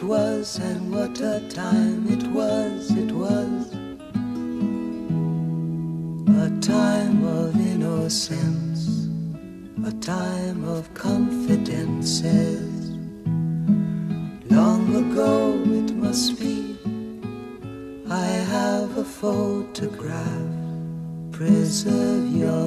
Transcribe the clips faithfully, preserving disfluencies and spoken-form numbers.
was, and what a time it was, it was a time of innocence, a time of confidences. Long ago it must be, I have a photograph. Preserve your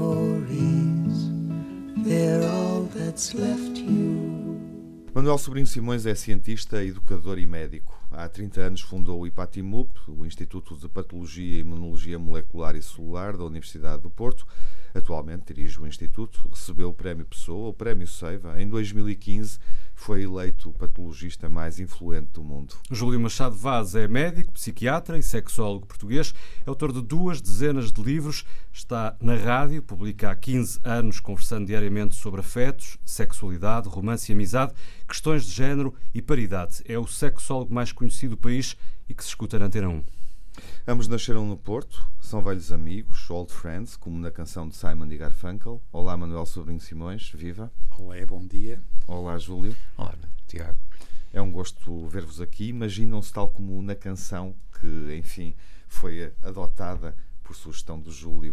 memories, they're all that's left you. Manuel Sobrinho Simões é cientista, educador e médico. Há trinta anos fundou o IPATIMUP, o Instituto de Patologia e Imunologia Molecular e Celular da Universidade do Porto. Atualmente dirige o Instituto, recebeu o Prémio Pessoa, o Prémio Seiva. Em dois mil e quinze foi eleito o patologista mais influente do mundo. Júlio Machado Vaz é médico, psiquiatra e sexólogo português. É autor de duas dezenas de livros. Está na rádio, publica há quinze anos, conversando diariamente sobre afetos, sexualidade, romance e amizade, questões de género e paridade. É o sexólogo mais conhecido do país e que se escuta na Antena um. Ambos nasceram no Porto, são velhos amigos, old friends, como na canção de Simon e Garfunkel. Olá, Manuel Sobrinho Simões, viva. Olá, bom dia. Olá, Júlio. Olá, Tiago. É um gosto ver-vos aqui. Imaginam-se tal como na canção que, enfim, foi adotada por sugestão do Júlio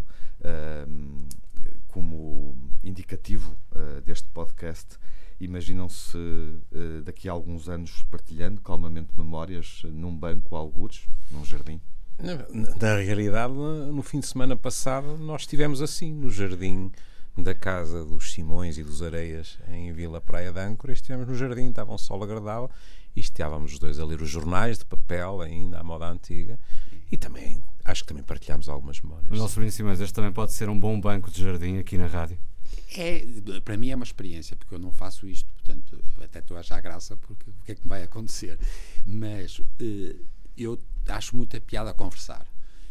uh, como indicativo uh, deste podcast. Imaginam-se uh, daqui a alguns anos partilhando calmamente memórias num banco, algures, num jardim? Na, na realidade, no fim de semana passado, nós estivemos assim, no jardim da casa dos Simões e dos Areias, em Vila Praia de Âncora. Estivemos no jardim, estava um sol agradável e estávamos os dois a ler os jornais de papel, ainda à moda antiga, e também, acho que também partilhámos algumas memórias. Manuel Sobrinho Simões, este também pode ser um bom banco de jardim aqui na rádio. É, para mim é uma experiência, porque eu não faço isto, portanto, até estou a achar graça, porque o que é que me vai acontecer? Mas eh, eu acho muita piada a conversar,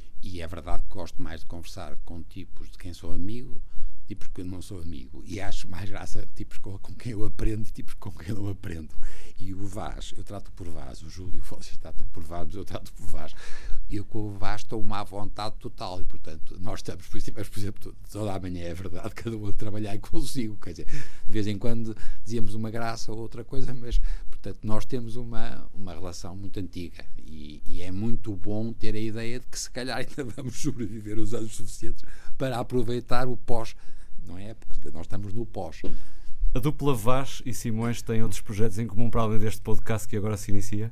e é verdade que gosto mais de conversar com tipos de quem sou amigo, tipos que eu não sou amigo, e acho mais graça tipos com, com quem eu aprendo e tipos com quem eu não aprendo. E o Vaz, eu trato por Vaz, o Júlio, vocês tratam por Vaz, mas eu trato por Vaz. Eu com o Vaz estou uma à vontade total, e portanto nós estamos, por exemplo, toda a manhã é verdade, cada um a trabalhar e consigo, quer dizer, de vez em quando dizíamos uma graça ou outra coisa, mas portanto nós temos uma, uma relação muito antiga, e, e é muito bom ter a ideia de que se calhar ainda vamos sobreviver os anos suficientes para aproveitar o pós, não é? Porque nós estamos no pós. A dupla Vaz e Simões têm outros projetos em comum para além deste podcast que agora se inicia?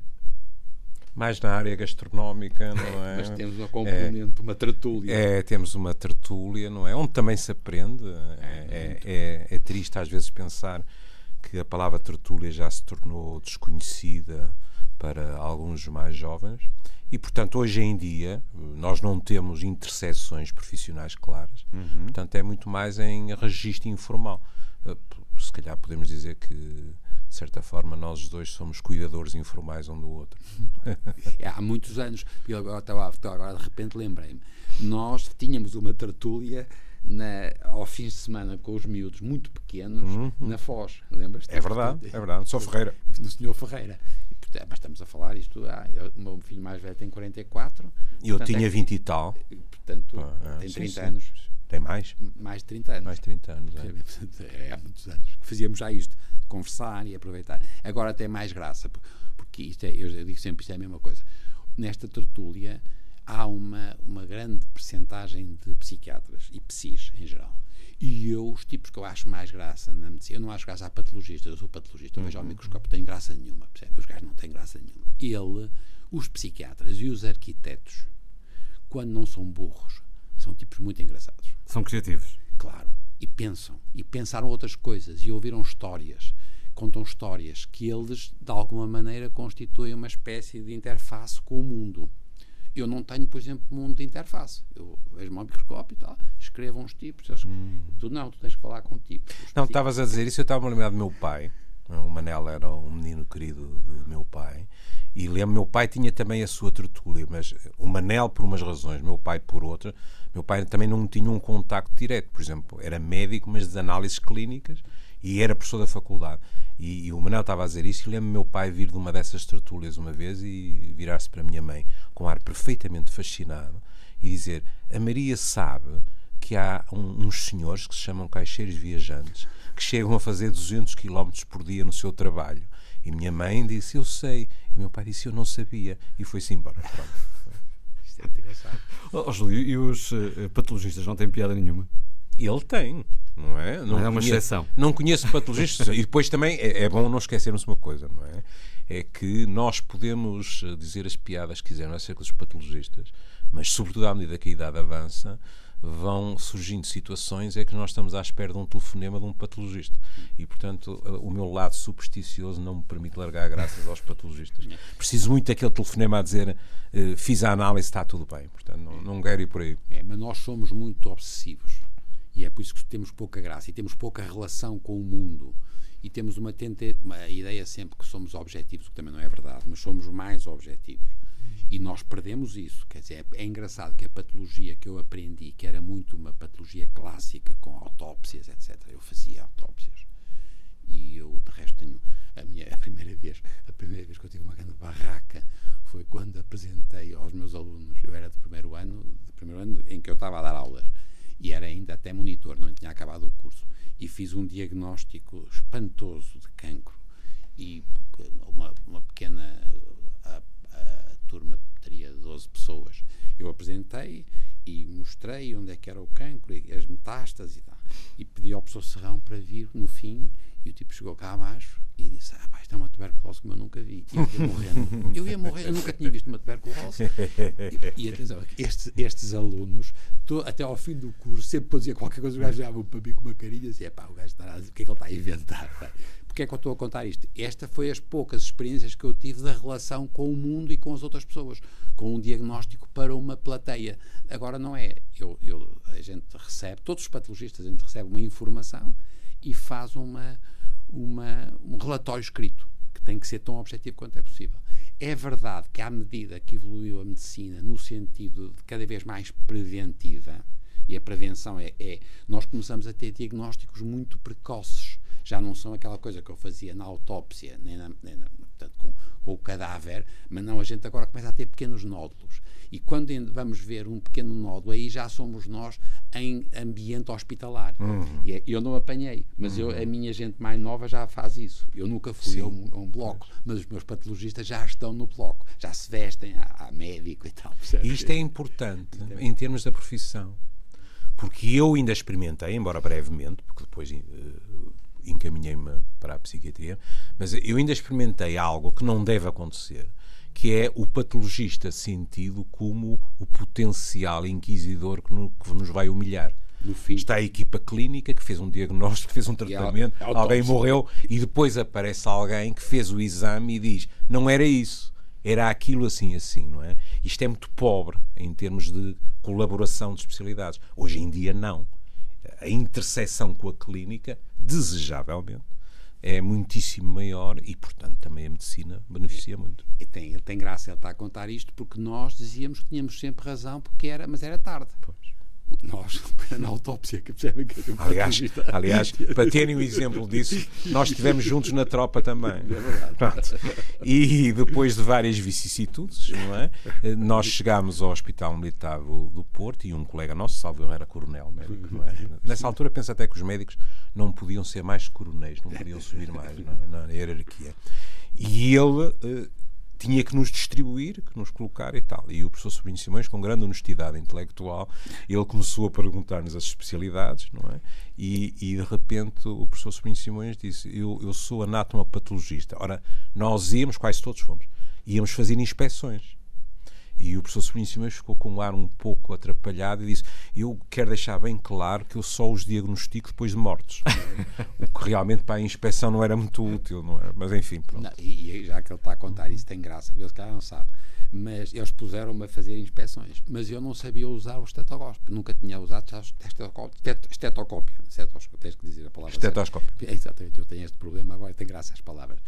Mais na área gastronómica, não é? Mas temos uma componente, é, uma tertúlia. É, temos uma tertúlia, não é? Onde também se aprende. É, é, é, é triste às vezes pensar que a palavra tertúlia já se tornou desconhecida para alguns mais jovens e, portanto, hoje em dia nós não temos interseções profissionais claras. Uhum. Portanto, é muito mais em registro informal. Se calhar podemos dizer que, de certa forma, nós os dois somos cuidadores informais um do outro. É, há muitos anos, eu agora, agora de repente lembrei-me, nós tínhamos uma tertúlia na, ao fim de semana com os miúdos muito pequenos, uhum, na Foz, lembras-te? É verdade, é verdade, sou Ferreira. No senhor Ferreira. E, portanto, mas estamos a falar isto, ah, eu, o meu filho mais velho tem quarenta e quatro. E eu portanto, tinha é, vinte e tal. Portanto, ah, tem sim, trinta sim. anos. Tem mais? Mais de trinta anos. Mais de trinta anos, é. É, há muitos anos que fazíamos já isto, de conversar e aproveitar. Agora tem mais graça, porque isto é, eu digo sempre, isto é a mesma coisa. Nesta tertúlia há uma, uma grande percentagem de psiquiatras e psis em geral. E eu, os tipos que eu acho mais graça na medicina, eu não acho graça a patologistas, eu sou patologista, eu vejo ao microscópio, tenho graça nenhuma, percebe? Os gajos não têm graça nenhuma. Ele, os psiquiatras e os arquitetos, quando não são burros, são tipos muito engraçados. São criativos. Claro. E pensam. E pensaram outras coisas. E ouviram histórias. Contam histórias que eles, de alguma maneira, constituem uma espécie de interface com o mundo. Eu não tenho, por exemplo, mundo de interface. Eu vejo-me ao microscópio e tal, escrevo uns tipos. Eles, hum. Tu não, tu tens que falar com tipos. Não, estavas a dizer isso, eu estava a lembrar do meu pai. O Manel era um menino querido de meu pai. E lembro, meu pai tinha também a sua tertúlia, mas o Manel por umas razões, meu pai por outra. Meu pai também não tinha um contacto direto, por exemplo, era médico, mas de análises clínicas, e era professor da faculdade. E, e o Manel estava a dizer isso, e lembro meu pai vir de uma dessas tertúlias uma vez e virar-se para a minha mãe com um ar perfeitamente fascinado e dizer: a Maria sabe que há um, uns senhores que se chamam caixeiros viajantes que chegam a fazer duzentos quilómetros por dia no seu trabalho. E minha mãe disse, eu sei. E meu pai disse, eu não sabia. E foi-se embora. Pronto. Isto é engraçado. Oh, Júlio, e os uh, patologistas não têm piada nenhuma? Ele tem, não é? Não é uma conheço, exceção. Não conheço patologistas. E depois também é, é bom não esquecermos uma coisa, não é? É que nós podemos dizer as piadas que quisermos acerca dos patologistas, mas sobretudo à medida que a idade avança, vão surgindo situações é que nós estamos à espera de um telefonema de um patologista. E, portanto, o meu lado supersticioso não me permite largar graças aos patologistas. Preciso muito daquele telefonema a dizer uh, fiz a análise, está tudo bem. Portanto, não, não quero ir por aí. É, mas nós somos muito obsessivos. E é por isso que temos pouca graça e temos pouca relação com o mundo. E temos uma, tente, uma ideia sempre que somos objetivos, o que também não é verdade, mas somos mais objetivos. E nós perdemos isso. Quer dizer, é, é engraçado que a patologia que eu aprendi, que era muito uma patologia clássica, com autópsias, etcétera. Eu fazia autópsias. E eu, de resto, tenho a minha a primeira vez, a primeira vez que eu tive uma grande barraca foi quando apresentei aos meus alunos. Eu era do primeiro ano, do primeiro ano em que eu estava a dar aulas. E era ainda até monitor, não tinha acabado o curso. E fiz um diagnóstico espantoso de cancro. E uma, uma pequena a, a turma teria doze pessoas. Eu apresentei e mostrei onde é que era o cancro e as metástases e tal. E pedi ao professor Serrão para vir no fim. E o tipo chegou cá abaixo e disse, ah pá, isto é uma tuberculose que eu nunca vi. E eu ia morrendo. Eu ia morrer, eu nunca tinha visto uma tuberculose. E, e atenção, estes, estes alunos, tô, até ao fim do curso, sempre que eu dizia qualquer coisa, os gajos olhavam para mim com uma carinha e diziam, pá, o gajo está a dizer, o que é que ele está a inventar? Pá? Porquê é que eu estou a contar isto? Esta foi as poucas experiências que eu tive da relação com o mundo e com as outras pessoas, com um diagnóstico para uma plateia. Agora não é, eu, eu, a gente recebe, todos os patologistas, a gente recebe uma informação e faz uma, uma, um relatório escrito, que tem que ser tão objetivo quanto é possível. É verdade que à medida que evoluiu a medicina no sentido de cada vez mais preventiva, e a prevenção é, é nós começamos a ter diagnósticos muito precoces, já não são aquela coisa que eu fazia na autópsia, nem, na, nem na, portanto, com, com o cadáver, mas não, a gente agora começa a ter pequenos nódulos. E quando vamos ver um pequeno nódulo, aí já somos nós em ambiente hospitalar. Uhum. E eu não apanhei, mas eu, a minha gente mais nova já faz isso. Eu nunca fui a um, a um bloco, mas os meus patologistas já estão no bloco, já se vestem a, a médico e tal. E isto é importante então, em termos da profissão, porque eu ainda experimentei, embora brevemente, porque depois uh, encaminhei-me para a psiquiatria, mas eu ainda experimentei algo que não deve acontecer, que é o patologista sentido como o potencial inquisidor que, no, que nos vai humilhar. No fim. Está a equipa clínica que fez um diagnóstico, que fez um tratamento, a, a alguém morreu e depois aparece alguém que fez o exame e diz, não era isso, era aquilo assim assim, não é? Isto é muito pobre em termos de colaboração de especialidades. Hoje em dia não. A interseção com a clínica, desejavelmente, é muitíssimo maior e, portanto, também a medicina beneficia é, muito. E tem, ele tem graça, ele está a contar isto, porque nós dizíamos que tínhamos sempre razão, porque era, mas era tarde. Pois. Nós, na autópsia, que percebem que eu aliás, aliás, para terem um exemplo disso, nós estivemos juntos na tropa também. É verdade. Pronto. E depois de várias vicissitudes, não é? Nós chegámos ao Hospital Militar do, do Porto e um colega nosso, salvo eu, era coronel médico, não é? Nessa altura penso até que os médicos não podiam ser mais coronéis, não podiam subir mais na, na hierarquia. E ele uh, tinha que nos distribuir, que nos colocar e tal. E o professor Sobrinho Simões, com grande honestidade intelectual, ele começou a perguntar-nos as especialidades, não é? E, e de repente o professor Sobrinho Simões disse, eu, eu sou anatomopatologista. Ora, nós íamos, quase todos fomos, íamos fazer inspeções. E o professor Sobrinho Simões ficou com um ar um pouco atrapalhado e disse, eu quero deixar bem claro que eu só os diagnostico depois de mortos. O que realmente para a inspeção não era muito útil, não é? Mas enfim, pronto. Não, e, e já que ele está a contar isso tem graça, porque ele se calhar não sabe, mas eles puseram-me a fazer inspeções, mas eu não sabia usar o estetoscópio, nunca tinha usado já estetoscópio, estetoscópio, estetoscópio, tens que dizer a palavra estetoscópio. Certa. Exatamente, eu tenho este problema agora, tem graça as palavras.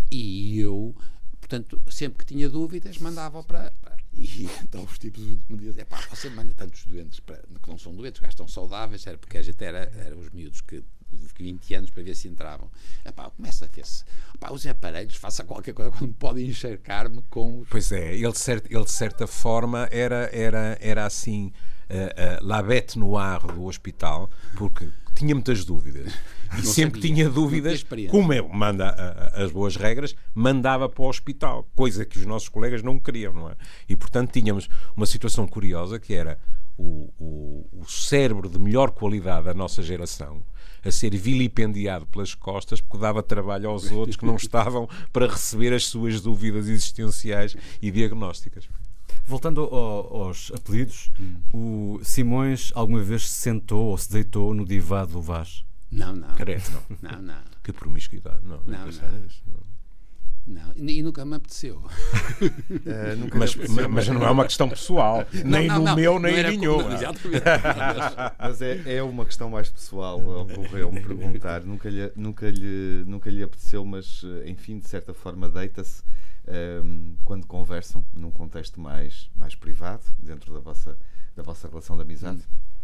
E eu, portanto, sempre que tinha dúvidas, mandava para... para e então os tipos me diziam, pá, você manda tantos doentes para, que não são doentes, que estão saudáveis, era porque a gente era, era os miúdos que de vinte anos para ver se entravam. Epá, começa a ver-se, usem aparelhos, faça qualquer coisa quando podem encharcar-me com os... Pois é, ele de certa, ele de certa forma era, era, era assim uh, uh, la bête noire do hospital, porque tinha muitas dúvidas. E Não sempre sabia. tinha Não tinha dúvidas, experiência. como eu manda a- a- as boas regras, mandava para o hospital, coisa que os nossos colegas não queriam, não é? E, portanto, tínhamos uma situação curiosa que era o, o, o cérebro de melhor qualidade da nossa geração a ser vilipendiado pelas costas porque dava trabalho aos outros que não estavam para receber as suas dúvidas existenciais e diagnósticas. Voltando ao, aos apelidos, o Simões alguma vez se sentou ou se deitou no divã do Vaz? Não, não. Credo, não. Não, não. Que promiscuidade. Não, Não, pensar não. nisso, não. Não, e nunca me apeteceu. Uh, nunca Mas, lhe apeteceu, mas não é uma questão pessoal, nem não, no não, meu, não nem era em como- nenhum. não, Exatamente. Mas- Mas é, é uma questão mais pessoal, ocorreu-me perguntar. Nunca lhe, nunca, lhe, nunca lhe apeteceu, mas, enfim, de certa forma, deita-se um, quando conversam num contexto mais, mais privado, dentro da vossa, da vossa relação de amizade.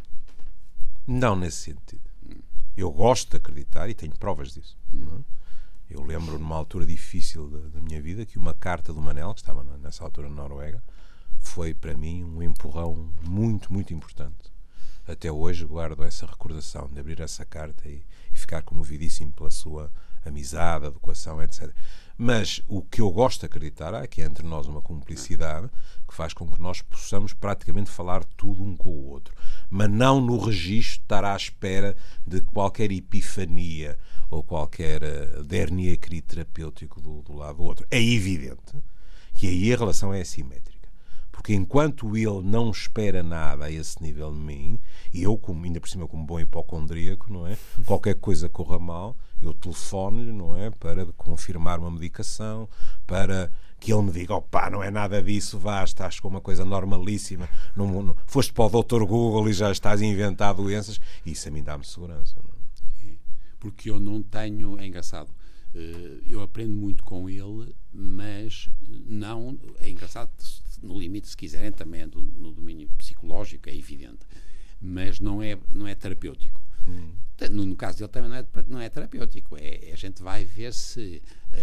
Não nesse sentido. Eu gosto de acreditar e tenho provas disso. Não é? Eu lembro, numa altura difícil da, da minha vida, que uma carta do Manel, que estava na- nessa altura na Noruega, foi para mim um empurrão muito, muito importante. Até hoje guardo essa recordação de abrir essa carta e, e ficar comovidíssimo pela sua amizade, adequação, etcétera. Mas o que eu gosto de acreditar é que há entre nós uma cumplicidade que faz com que nós possamos praticamente falar tudo um com o outro, mas não no registro de estar à espera de qualquer epifania ou qualquer uh, dernier terapêutico do, do lado do outro. É evidente que aí a relação é assimétrica. Porque enquanto ele não espera nada a esse nível de mim, e eu, como, ainda por cima, como bom hipocondríaco, não é? Qualquer coisa corra mal, eu telefono-lhe, não é? Para confirmar uma medicação, para que ele me diga, opá, não é nada disso, vá, estás com uma coisa normalíssima, não, não, foste para o doutor Google e já estás a inventar doenças. Isso a mim dá-me segurança, não é? Porque eu não tenho, é engraçado, eu aprendo muito com ele, mas não, é engraçado, no limite, se quiserem, também é do, no domínio psicológico, é evidente, mas não é, não é terapêutico. Hum. No, no caso dele também não é, não é terapêutico, é, a gente vai ver se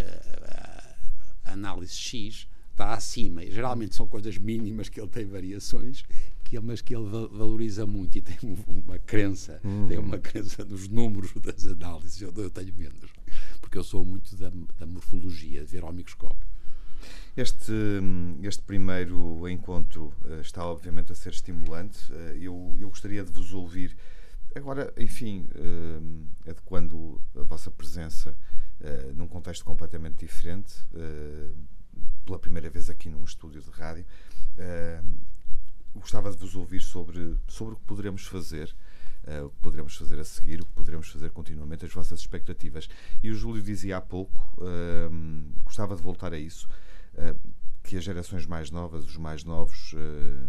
uh, a análise X está acima, e geralmente são coisas mínimas que ele tem variações, que ele, mas que ele valoriza muito e tem uma crença, hum. tem uma crença nos números das análises. Eu, eu tenho menos, porque eu sou muito da, da morfologia, de ver ao microscópio. Este, este primeiro encontro uh, está obviamente a ser estimulante. Uh, eu, eu gostaria de vos ouvir agora, enfim, uh, adequando a vossa presença uh, num contexto completamente diferente, uh, pela primeira vez aqui num estúdio de rádio. Uh, gostava de vos ouvir sobre, sobre o que poderemos fazer, uh, o que poderemos fazer a seguir, o que poderemos fazer continuamente, as vossas expectativas. E o Júlio dizia há pouco, uh, gostava de voltar a isso, uh, que as gerações mais novas, os mais novos, uh,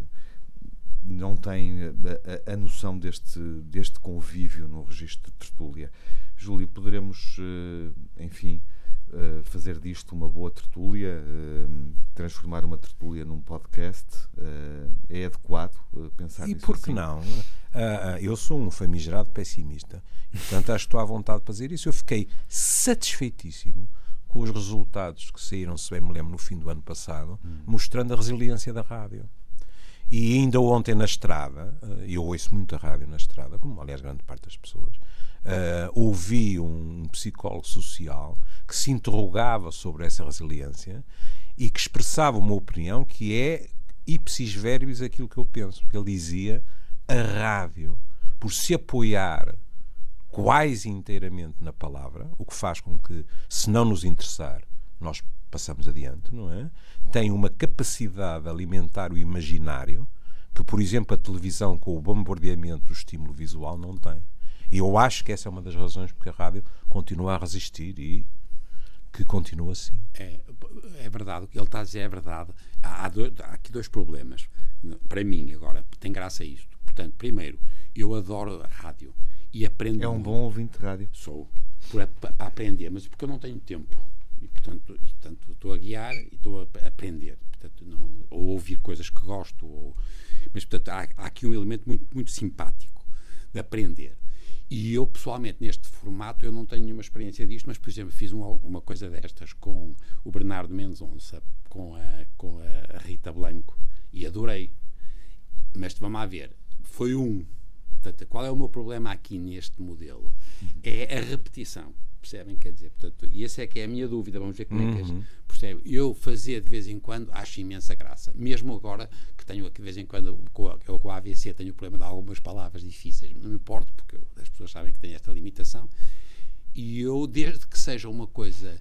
não têm a, a, a noção deste, deste convívio no registro de tertúlia. Júlio, poderemos, uh, enfim, Uh, fazer disto uma boa tertúlia, uh, transformar uma tertúlia num podcast, uh, é adequado uh, pensar e nisso? E por que assim? não? Uh, uh, eu sou um famigerado pessimista e, portanto, acho que estou à vontade de fazer isso. Eu fiquei satisfeitíssimo com os resultados que saíram, se bem me lembro, no fim do ano passado, hum. mostrando a resiliência da rádio. E ainda ontem na estrada, uh, eu ouço muito a rádio na estrada, como aliás grande parte das pessoas, Uh, ouvi um psicólogo social que se interrogava sobre essa resiliência e que expressava uma opinião que é ipsis verbis aquilo que eu penso. Ele dizia, a rádio, por se apoiar quase inteiramente na palavra, o que faz com que, se não nos interessar, nós passamos adiante, não é? Tem uma capacidade de alimentar o imaginário que, por exemplo, a televisão com o bombardeamento do estímulo visual não tem. E eu acho que essa é uma das razões porque a rádio continua a resistir e que continua assim. É, é verdade, o que ele está a dizer é verdade. Há, há, dois, há aqui dois problemas. Para mim, agora, tem graça isto. Portanto, primeiro, eu adoro a rádio e aprendo. É um muito. bom ouvinte de rádio. Sou, para, para aprender, mas porque eu não tenho tempo. E, portanto, e, portanto estou a guiar e estou a aprender. Portanto, não, ou ouvir coisas que gosto. Ou, mas, portanto, há, há aqui um elemento muito, muito simpático de aprender. E eu, pessoalmente, neste formato, eu não tenho nenhuma experiência disto, mas, por exemplo, fiz uma, uma coisa destas com o Bernardo Mendonça, com a, com a Rita Blanco, e adorei. Mas, vamos lá ver, foi um, Portanto, qual é o meu problema aqui neste modelo? É a repetição. Percebem? Quer dizer, portanto, e essa é que é a minha dúvida. Vamos ver como Uhum. é que é. Percebe? Eu fazer de vez em quando acho imensa graça. Mesmo agora que tenho aqui de vez em quando, com a, eu com a A V C tenho o problema de algumas palavras difíceis. Não me importo, porque eu, as pessoas sabem que têm esta limitação. E eu, desde que seja uma coisa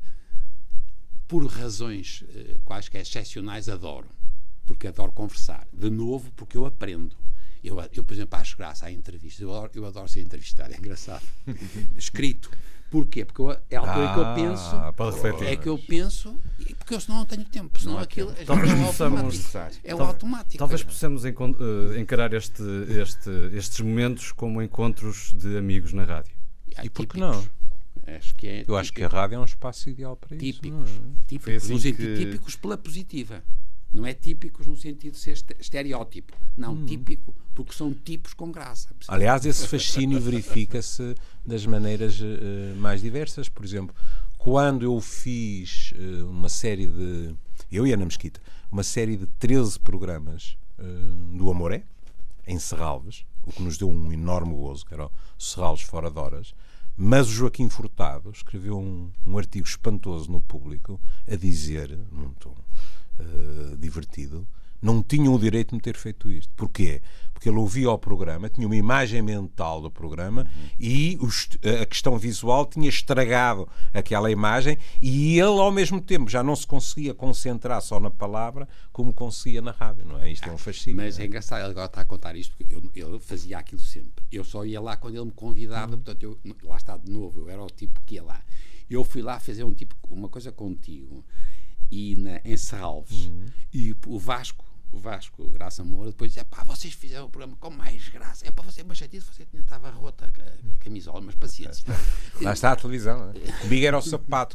por razões eh, quaisquer excepcionais, adoro. Porque adoro conversar. De novo, porque eu aprendo. Eu, eu por exemplo, acho graça à entrevista. Eu adoro, eu adoro ser entrevistado, é engraçado. Escrito. Porquê? Porque eu, é a altura Ah, que eu penso. para refletir. É que eu penso, e porque eu senão não tenho tempo. Senão Não há aquilo tempo. é, Talvez é o possamos- automático. É o Tal- automático. Talvez possamos encon- eh, encarar este, este, estes momentos como encontros de amigos na rádio. Há E por que típicos. não? Acho que é Eu acho que a típico. rádio é um espaço ideal para isso. Típicos. não é? Típicos, Foi assim no sentido que- típicos pela positiva. Não é típicos no sentido de ser este- estereótipo. Não, Hum. típico porque são tipos com graça. percebe? Aliás, esse fascínio verifica-se das maneiras eh, mais diversas. Por exemplo, quando eu fiz eh, uma série de... Eu e Ana Mesquita, uma série de treze programas eh, do Amoré, em Serralves, o que nos deu um enorme gozo, que era o Serralves Fora de Horas, mas o Joaquim Furtado escreveu um, um artigo espantoso no Público a dizer, num tom eh, divertido, não tinham o direito de me ter feito isto. Porquê? Porque ele ouvia o programa, tinha uma imagem mental do programa e os- a questão visual tinha estragado aquela imagem e ele, ao mesmo tempo, já não se conseguia concentrar só na palavra como conseguia na rádio, não é? Isto é um fascínio. Mas não é engraçado, ele agora está a contar isto, porque eu, ele fazia aquilo sempre. Eu só ia lá quando ele me convidava, portanto, eu, lá está de novo, eu era o tipo que ia lá. Eu fui lá fazer um tipo, uma coisa contigo, e na, em Serralves, e o Vasco, o Vasco Graça Moura, depois dizia, pá, vocês fizeram o programa com mais graça. É para você, mas chatice, você tinha, estava rota a, a camisola, mas paciência. Lá está a televisão, não é? Comigo era o sapato.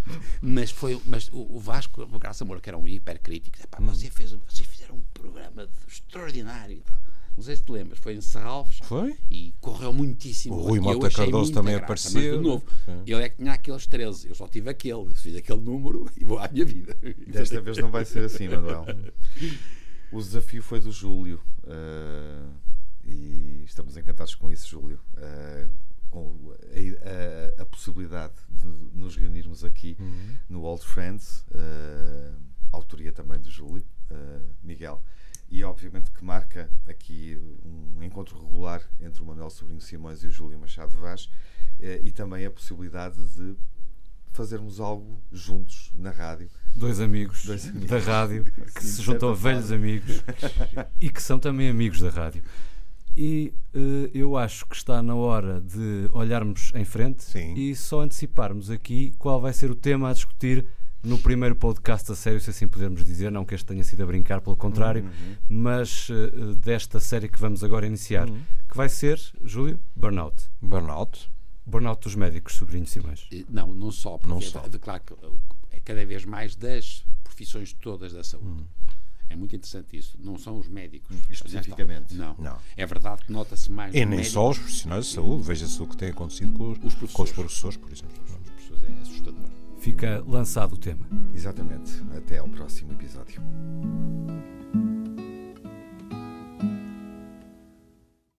Mas foi, mas o, o Vasco o Graça Moura, que era um hipercrítico, disse, pá, você fez, vocês fizeram um programa extraordinário e tal. Não sei se te lembras, foi em Serralves. Foi? E correu muitíssimo. O Rui E eu Mota achei Cardoso muita também graça, apareceu. Mas, de novo, É. ele é que tinha aqueles treze, eu só tive aquele. Eu fiz aquele número e vou à minha vida. Desta vez não vai ser assim, Manuel. O desafio foi do Júlio uh, e estamos encantados com isso, Júlio. Uh, com a, a, a possibilidade de nos reunirmos aqui Uhum. no Old Friends, uh, autoria também do Júlio, uh, Miguel. E obviamente que marca aqui um encontro regular entre o Manuel Sobrinho Simões e o Júlio Machado Vaz, eh, e também a possibilidade de fazermos algo juntos na rádio. Dois amigos, Dois amigos. da rádio que Sim, se de juntam a certa velhos forma. amigos e que são também amigos da rádio. E eh, eu acho que está na hora de olharmos em frente Sim. e só anteciparmos aqui qual vai ser o tema a discutir no primeiro podcast a sério, se assim pudermos dizer, não que este tenha sido a brincar, pelo contrário, Uhum. mas eh, desta série que vamos agora iniciar, Uhum. que vai ser, Júlio, Burnout. Burnout. Burnout dos médicos, Sobrinho Simões. Não, não só. Porque Não é, só. de- claro que é cada vez mais das profissões todas da saúde. É muito interessante isso. Não são os médicos. Especificamente. Não. Não. É verdade que nota-se mais. E no nem médico. só os profissionais de saúde. Veja-se o que tem acontecido com os, Os professores. com os professores, por exemplo. As pessoas é assustador. Fica lançado o tema. Exatamente. Até ao próximo episódio.